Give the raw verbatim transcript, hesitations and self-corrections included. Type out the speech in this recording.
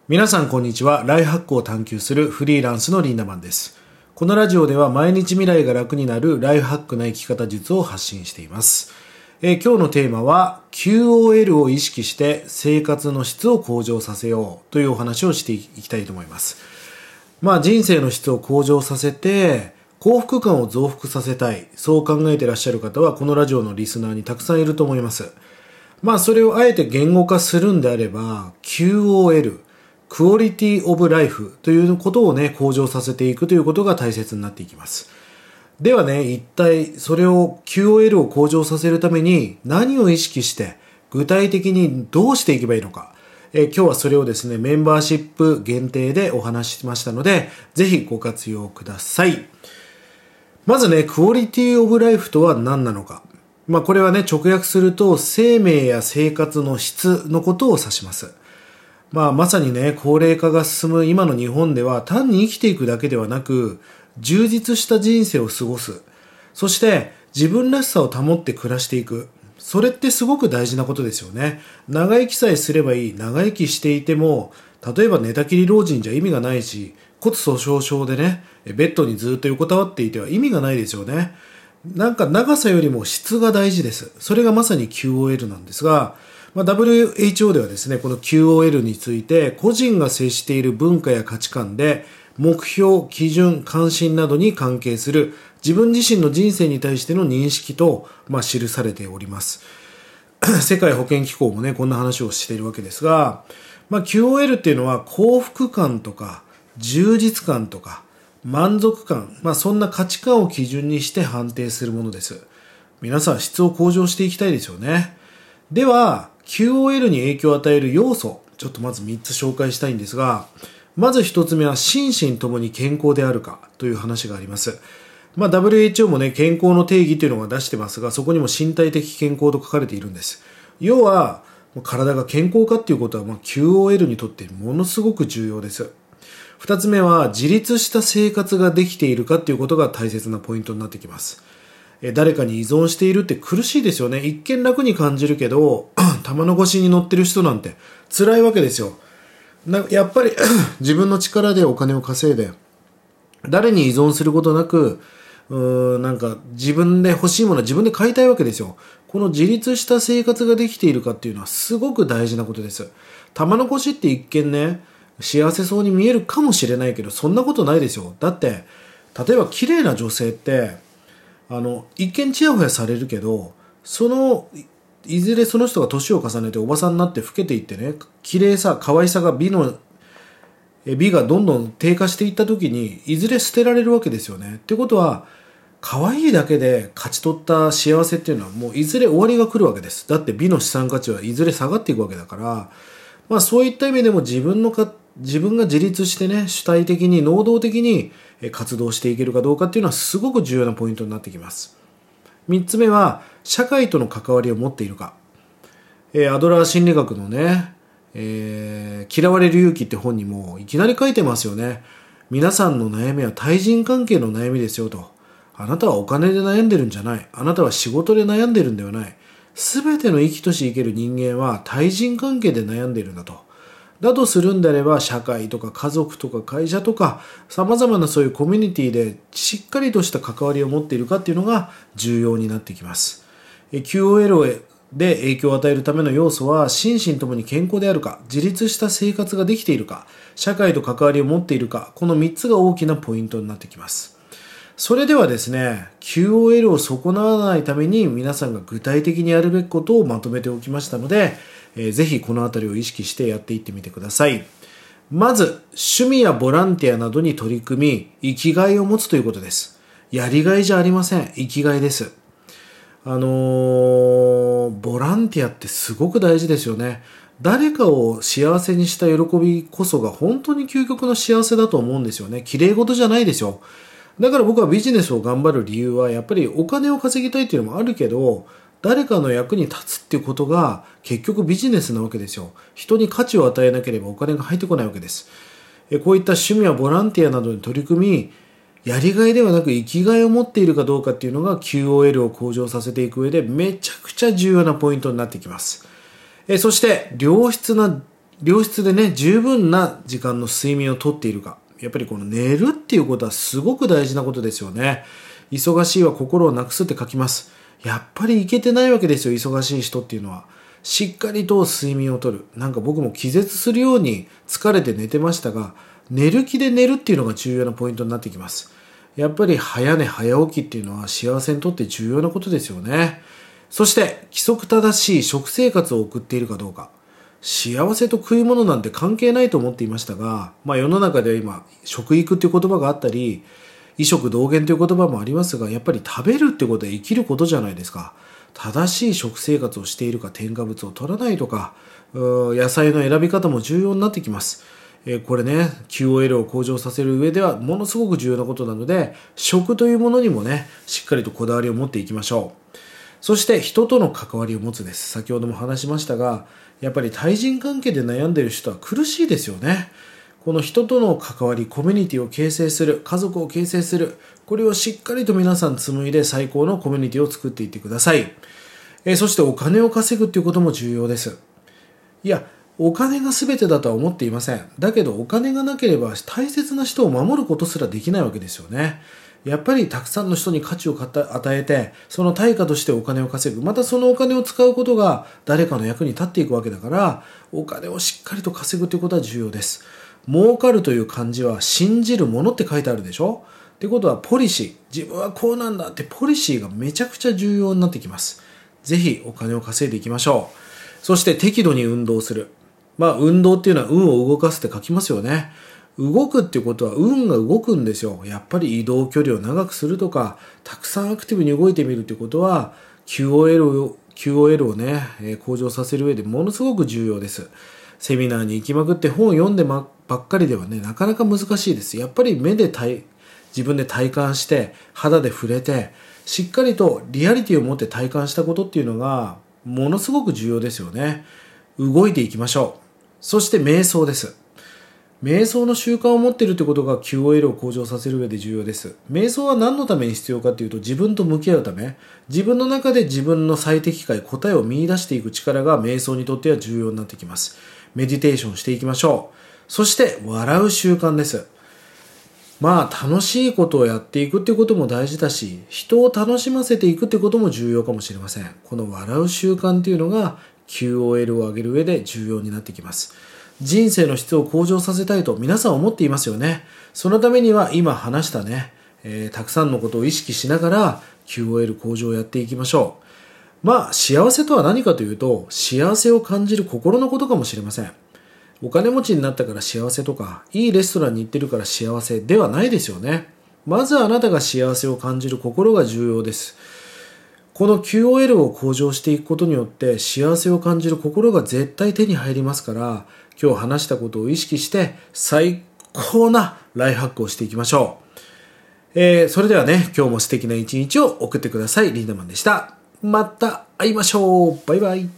皆さんこんにちは。ライフハックを探求するフリーランスのリンダマンです。このラジオでは毎日未来が楽になるライフハックな生き方術を発信しています。えー、今日のテーマは キューオーエル を意識して生活の質を向上させようというお話をしていきたいと思います。まあ人生の質を向上させて幸福感を増幅させたい、そう考えていらっしゃる方はこのラジオのリスナーにたくさんいると思います。まあそれをあえて言語化するんであれば キューオーエルクオリティオブライフということをね、向上させていくということが大切になっていきます。ではね、一体それを キューオーエル を向上させるために何を意識して具体的にどうしていけばいいのか、えー、今日はそれをですね、メンバーシップ限定でお話ししましたので、ぜひご活用ください。まずね、クオリティオブライフとは何なのか。まあこれはね、直訳すると生命や生活の質のことを指します。まあ、まさにね、高齢化が進む今の日本では単に生きていくだけではなく、充実した人生を過ごす。そして自分らしさを保って暮らしていく。それってすごく大事なことですよね。長生きさえすればいい。長生きしていても、例えば寝たきり老人じゃ意味がないし、骨粗鬆症でね、ベッドにずっと横たわっていては意味がないですよね。なんか長さよりも質が大事です。それがまさに キューオーエル なんですが、まあ、ダブリューエイチオー ではですね、この キューオーエル について個人が接している文化や価値観で目標、基準、関心などに関係する自分自身の人生に対しての認識と、まあ、記されております。世界保健機構もね、こんな話をしているわけですが、まあ、キューオーエル っていうのは幸福感とか充実感とか満足感、まあ、そんな価値観を基準にして判定するものです。皆さん質を向上していきたいですよね。では、キューオーエル に影響を与える要素、ちょっとまずみっつ紹介したいんですが、まずひとつめは心身ともに健康であるかという話があります。まあ、ダブリューエイチオー もね、健康の定義というのが出してますが、そこにも身体的健康と書かれているんです。要は、体が健康かっていうことは、まあ、キューオーエル にとってものすごく重要です。ふたつめは、自立した生活ができているかっていうことが大切なポイントになってきます。誰かに依存しているって苦しいですよね。一見楽に感じるけど、玉の腰に乗ってる人なんて辛いわけですよ。なやっぱり自分の力でお金を稼いで、誰に依存することなく、うーんなんか自分で欲しいものは自分で買いたいわけですよ。この自立した生活ができているかっていうのはすごく大事なことです。玉の腰って一見ね、幸せそうに見えるかもしれないけど、そんなことないですよ。だって、例えば綺麗な女性って、あの一見チヤホヤされるけど、そのいずれその人が年を重ねておばさんになって老けていってね、綺麗さ可愛さが美の美がどんどん低下していった時にいずれ捨てられるわけですよね。ってことは可愛いだけで勝ち取った幸せっていうのはもういずれ終わりが来るわけです。だって美の資産価値はいずれ下がっていくわけだから、まあそういった意味でも自分のか自分が自立してね、主体的に能動的に活動していけるかどうかっていうのはすごく重要なポイントになってきます。みっつめは社会との関わりを持っているか。えー、アドラー心理学のね、えー、嫌われる勇気って本にもいきなり書いてますよね。皆さんの悩みは対人関係の悩みですよと。あなたはお金で悩んでるんじゃない。あなたは仕事で悩んでるんではない。すべての生きとし生ける人間は対人関係で悩んでいるんだと。だとするんであれば、社会とか家族とか会社とか様々なそういうコミュニティでしっかりとした関わりを持っているかっていうのが重要になってきます。キューオーエル で影響を与えるための要素は、心身ともに健康であるか、自立した生活ができているか、社会と関わりを持っているか、このみっつが大きなポイントになってきます。それではですね、キューオーエル を損なわないために皆さんが具体的にやるべきことをまとめておきましたので、えー、ぜひこのあたりを意識してやっていってみてください。まず、趣味やボランティアなどに取り組み、生きがいを持つということです。やりがいじゃありません。生きがいです。あのー、ボランティアってすごく大事ですよね。誰かを幸せにした喜びこそが本当に究極の幸せだと思うんですよね。綺麗事じゃないですよ。だから僕はビジネスを頑張る理由は、やっぱりお金を稼ぎたいっていうのもあるけど、誰かの役に立つっていうことが結局ビジネスなわけですよ。人に価値を与えなければお金が入ってこないわけです。こういった趣味やボランティアなどに取り組み、やりがいではなく生きがいを持っているかどうかっていうのが キューオーエル を向上させていく上でめちゃくちゃ重要なポイントになってきます。そして良質な良質でね、十分な時間の睡眠をとっているか。やっぱりこの寝るっていうことはすごく大事なことですよね。忙しいは心をなくすって書きます。やっぱりいけてないわけですよ、忙しい人っていうのは。しっかりと睡眠をとる。なんか僕も気絶するように疲れて寝てましたが、寝る気で寝るっていうのが重要なポイントになってきます。やっぱり早寝早起きっていうのは幸せにとって重要なことですよね。そして規則正しい食生活を送っているかどうか。幸せと食い物なんて関係ないと思っていましたが、まあ世の中では今食育っていう言葉があったり、医食同源という言葉もありますが、やっぱり食べるってことは生きることじゃないですか。正しい食生活をしているか、添加物を取らないとか、野菜の選び方も重要になってきます。えー、これね キューオーエル を向上させる上ではものすごく重要なことなので、食というものにもねしっかりとこだわりを持っていきましょう。そして人との関わりを持つです。先ほども話しましたが、やっぱり対人関係で悩んでいる人は苦しいですよね。この人との関わり、コミュニティを形成する、家族を形成する、これをしっかりと皆さん紡いで最高のコミュニティを作っていってください。えー、そしてお金を稼ぐということも重要です。いや、お金が全てだとは思っていません。だけどお金がなければ大切な人を守ることすらできないわけですよね。やっぱりたくさんの人に価値を与えて、その対価としてお金を稼ぐ。またそのお金を使うことが誰かの役に立っていくわけだから、お金をしっかりと稼ぐということは重要です。儲かるという漢字は信じるものって書いてあるでしょ。ってことはポリシー。自分はこうなんだってポリシーがめちゃくちゃ重要になってきます。ぜひお金を稼いでいきましょう。そして適度に運動する。まあ運動っていうのは運を動かすって書きますよね。動くっていうことは運が動くんですよ。やっぱり移動距離を長くするとか、たくさんアクティブに動いてみるっていうことは キューオーエル を、キューオーエル をね、向上させる上でものすごく重要です。セミナーに行きまくって本を読んでばっかりではね、なかなか難しいです。やっぱり目で体、自分で体感して、肌で触れて、しっかりとリアリティを持って体感したことっていうのがものすごく重要ですよね。動いていきましょう。そして瞑想です。瞑想の習慣を持っているということが キューオーエル を向上させる上で重要です。瞑想は何のために必要かというと、自分と向き合うため、自分の中で自分の最適解、答えを見出していく力が瞑想にとっては重要になってきます。メディテーションしていきましょう。そして笑う習慣です。まあ楽しいことをやっていくっていうことも大事だし、人を楽しませていくってことも重要かもしれません。この笑う習慣っていうのが キューオーエル を上げる上で重要になってきます。人生の質を向上させたいと皆さん思っていますよね。そのためには今話したね、えー、たくさんのことを意識しながら キューオーエル 向上をやっていきましょう。まあ幸せとは何かというと、幸せを感じる心のことかもしれません。お金持ちになったから幸せとか、いいレストランに行ってるから幸せではないですよね。まずあなたが幸せを感じる心が重要です。この キューオーエル を向上していくことによって幸せを感じる心が絶対手に入りますから、今日話したことを意識して最高なライフハックをしていきましょう。えー、それではね、今日も素敵な一日を送ってください。リンダマンでした。また会いましょう。バイバイ。